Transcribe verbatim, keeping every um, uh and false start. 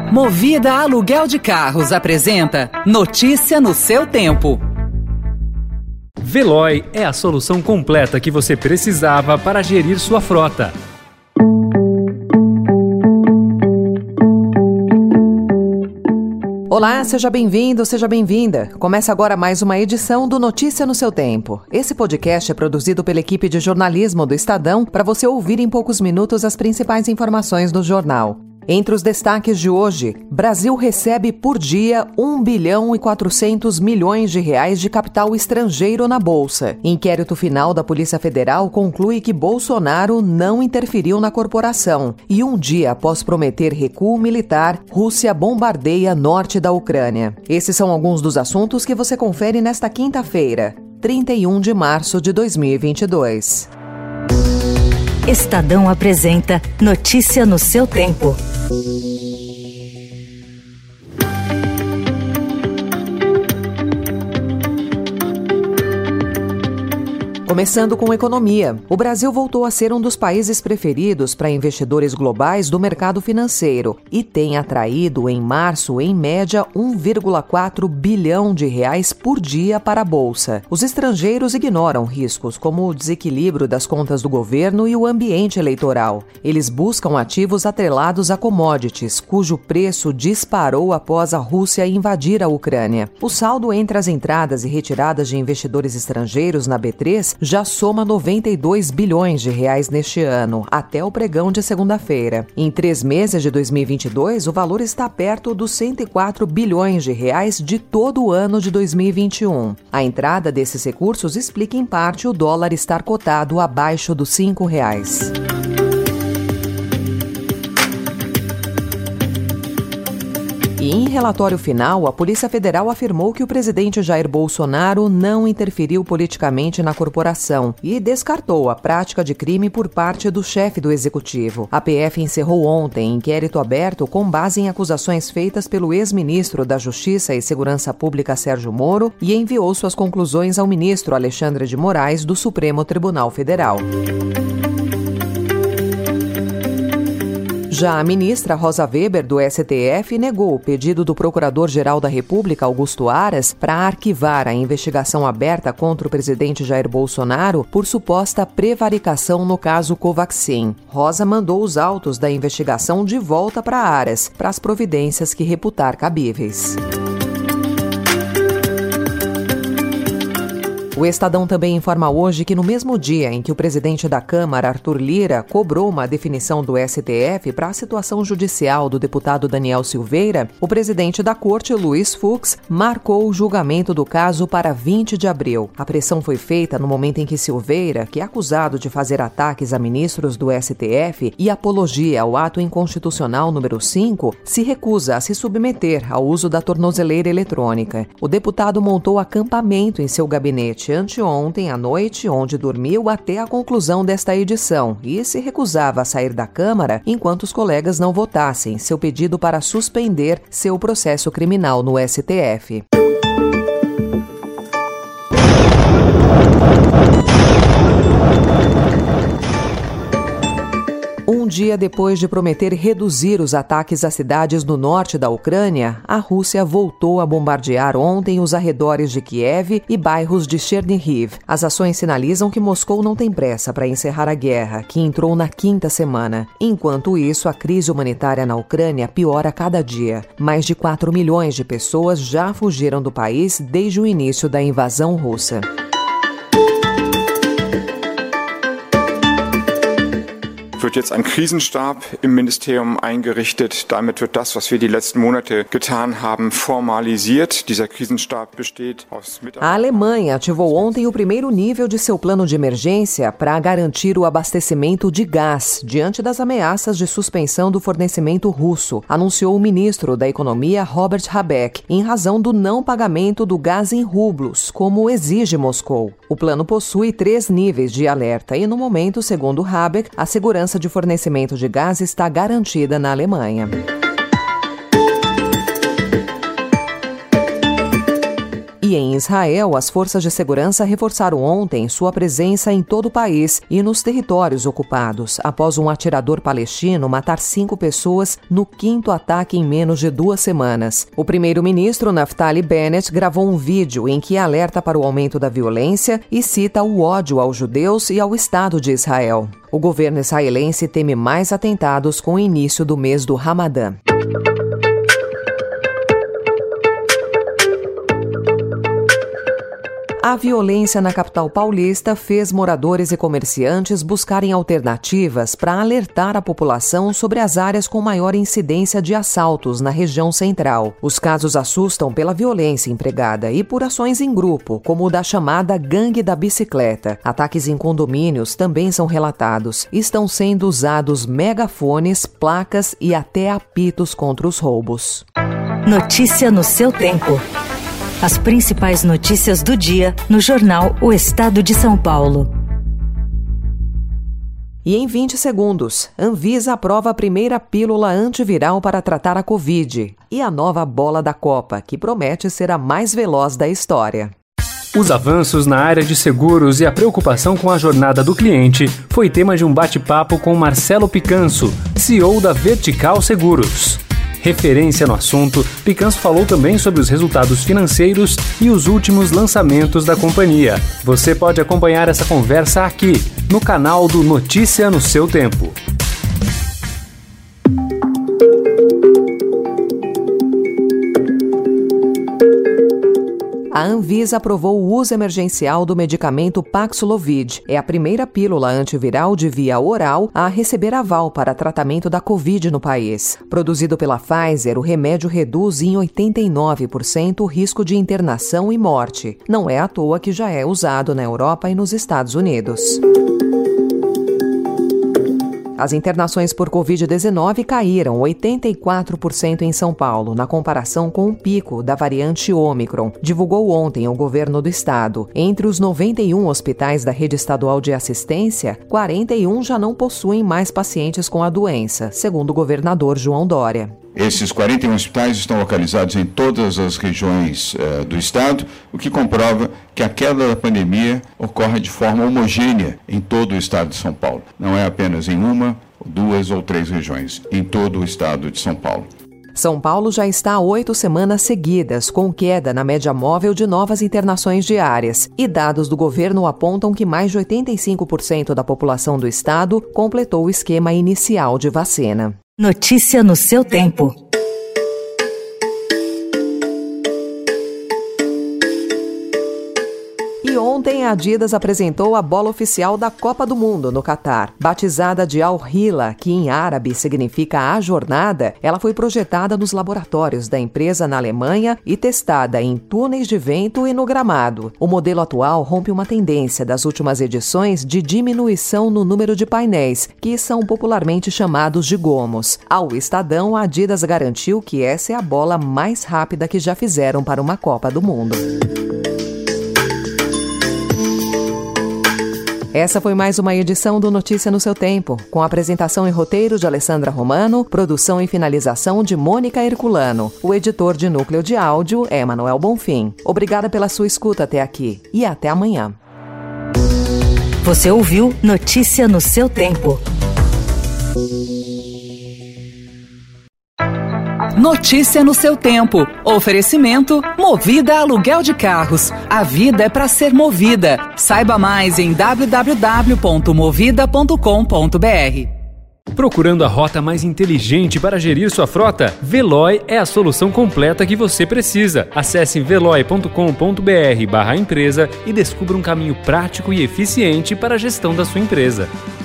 Movida Aluguel de Carros apresenta Notícia no seu tempo. Veloy é a solução completa que você precisava para gerir sua frota. Olá, seja bem-vindo, seja bem-vinda. Começa agora mais uma edição do Notícia no seu tempo. Esse podcast é produzido pela equipe de jornalismo do Estadão para você ouvir em poucos minutos as principais informações do jornal. Entre os destaques de hoje, Brasil recebe por dia um bilhão e quatrocentos milhões de reais de capital estrangeiro na Bolsa. Inquérito final da Polícia Federal conclui que Bolsonaro não interferiu na corporação. E um dia após prometer recuo militar, Rússia bombardeia norte da Ucrânia. Esses são alguns dos assuntos que você confere nesta quinta-feira, trinta e um de março de dois mil e vinte e dois. Estadão apresenta Notícia no seu tempo. Começando com economia, o Brasil voltou a ser um dos países preferidos para investidores globais do mercado financeiro e tem atraído, em março, em média, um vírgula quatro bilhão de reais por dia para a Bolsa. Os estrangeiros ignoram riscos como o desequilíbrio das contas do governo e o ambiente eleitoral. Eles buscam ativos atrelados a commodities, cujo preço disparou após a Rússia invadir a Ucrânia. O saldo entre as entradas e retiradas de investidores estrangeiros na B três já soma noventa e dois bilhões de reais neste ano, até o pregão de segunda-feira. Em três meses de dois mil e vinte e dois, o valor está perto dos cento e quatro bilhões de reais de todo o ano de dois mil e vinte e um. A entrada desses recursos explica em parte o dólar estar cotado abaixo dos cinco reais. E em relatório final, a Polícia Federal afirmou que o presidente Jair Bolsonaro não interferiu politicamente na corporação e descartou a prática de crime por parte do chefe do executivo. A P F encerrou ontem inquérito aberto com base em acusações feitas pelo ex-ministro da Justiça e Segurança Pública Sérgio Moro e enviou suas conclusões ao ministro Alexandre de Moraes do Supremo Tribunal Federal. Já a ministra Rosa Weber, do S T F, negou o pedido do Procurador-Geral da República, Augusto Aras, para arquivar a investigação aberta contra o presidente Jair Bolsonaro por suposta prevaricação no caso Covaxin. Rosa mandou os autos da investigação de volta para Aras, para as providências que reputar cabíveis. O Estadão também informa hoje que no mesmo dia em que o presidente da Câmara, Arthur Lira, cobrou uma definição do S T F para a situação judicial do deputado Daniel Silveira, o presidente da Corte, Luiz Fux, marcou o julgamento do caso para vinte de abril. A pressão foi feita no momento em que Silveira, que é acusado de fazer ataques a ministros do S T F e apologia ao ato inconstitucional número cinco, se recusa a se submeter ao uso da tornozeleira eletrônica. O deputado montou acampamento em seu gabinete anteontem à noite, onde dormiu até a conclusão desta edição e se recusava a sair da Câmara enquanto os colegas não votassem seu pedido para suspender seu processo criminal no S T F. Um dia depois de prometer reduzir os ataques a cidades no norte da Ucrânia, a Rússia voltou a bombardear ontem os arredores de Kiev e bairros de Chernihiv. As ações sinalizam que Moscou não tem pressa para encerrar a guerra, que entrou na quinta semana. Enquanto isso, a crise humanitária na Ucrânia piora a cada dia. Mais de quatro milhões de pessoas já fugiram do país desde o início da invasão russa. Wird jetzt ein Krisenstab im Ministerium eingerichtet. Damit wird das, was wir die letzten Monate getan haben, formalisiert. Dieser Krisenstab besteht aus Mitarbeitern. A Alemanha ativou ontem o primeiro nível de seu plano de emergência para garantir o abastecimento de gás diante das ameaças de suspensão do fornecimento russo, anunciou o ministro da Economia Robert Habeck, em razão do não pagamento do gás em rublos, como exige Moscou. O plano possui três níveis de alerta e, no momento, segundo Habeck, a segurança de fornecimento de gás está garantida na Alemanha. E em Israel, as forças de segurança reforçaram ontem sua presença em todo o país e nos territórios ocupados, após um atirador palestino matar cinco pessoas no quinto ataque em menos de duas semanas. O primeiro-ministro Naftali Bennett gravou um vídeo em que alerta para o aumento da violência e cita o ódio aos judeus e ao Estado de Israel. O governo israelense teme mais atentados com o início do mês do Ramadã. A violência na capital paulista fez moradores e comerciantes buscarem alternativas para alertar a população sobre as áreas com maior incidência de assaltos na região central. Os casos assustam pela violência empregada e por ações em grupo, como o da chamada Gangue da Bicicleta. Ataques em condomínios também são relatados. Estão sendo usados megafones, placas e até apitos contra os roubos. Notícia no seu tempo. As principais notícias do dia no jornal O Estado de São Paulo. E em vinte segundos, Anvisa aprova a primeira pílula antiviral para tratar a Covid e a nova bola da Copa, que promete ser a mais veloz da história. Os avanços na área de seguros e a preocupação com a jornada do cliente foi tema de um bate-papo com Marcelo Picanso, C E O da Vertical Seguros. Referência no assunto, Picanso falou também sobre os resultados financeiros e os últimos lançamentos da companhia. Você pode acompanhar essa conversa aqui, no canal do Notícia no seu tempo. A Anvisa aprovou o uso emergencial do medicamento Paxlovid. É a primeira pílula antiviral de via oral a receber aval para tratamento da Covid no país. Produzido pela Pfizer, o remédio reduz em oitenta e nove por cento o risco de internação e morte. Não é à toa que já é usado na Europa e nos Estados Unidos. As internações por covid dezenove caíram oitenta e quatro por cento em São Paulo, na comparação com o pico da variante Ômicron, divulgou ontem o governo do estado. Entre os noventa e um hospitais da rede estadual de assistência, quarenta e um já não possuem mais pacientes com a doença, segundo o governador João Dória. Esses quarenta e um hospitais estão localizados em todas as regiões uh, do estado, o que comprova que a queda da pandemia ocorre de forma homogênea em todo o estado de São Paulo. Não é apenas em uma, duas ou três regiões, em todo o estado de São Paulo. São Paulo já está há oito semanas seguidas, com queda na média móvel de novas internações diárias. E dados do governo apontam que mais de oitenta e cinco por cento da população do estado completou o esquema inicial de vacina. Notícia no seu tempo. E ontem a Adidas apresentou a bola oficial da Copa do Mundo no Catar. Batizada de Al-Hila, que em árabe significa a jornada, ela foi projetada nos laboratórios da empresa na Alemanha e testada em túneis de vento e no gramado. O modelo atual rompe uma tendência das últimas edições de diminuição no número de painéis, que são popularmente chamados de gomos. Ao Estadão, a Adidas garantiu que essa é a bola mais rápida que já fizeram para uma Copa do Mundo. Essa foi mais uma edição do Notícia no seu tempo, com apresentação e roteiro de Alessandra Romano, produção e finalização de Mônica Herculano. O editor de núcleo de áudio é Manuel Bonfim. Obrigada pela sua escuta até aqui e até amanhã. Você ouviu Notícia no seu tempo. Notícia no seu tempo. Oferecimento Movida Aluguel de Carros. A vida é para ser movida. Saiba mais em w w w ponto movida ponto com ponto b r. Procurando a rota mais inteligente para gerir sua frota? Veloy é a solução completa que você precisa. Acesse veloy ponto com ponto b r barra empresa e descubra um caminho prático e eficiente para a gestão da sua empresa.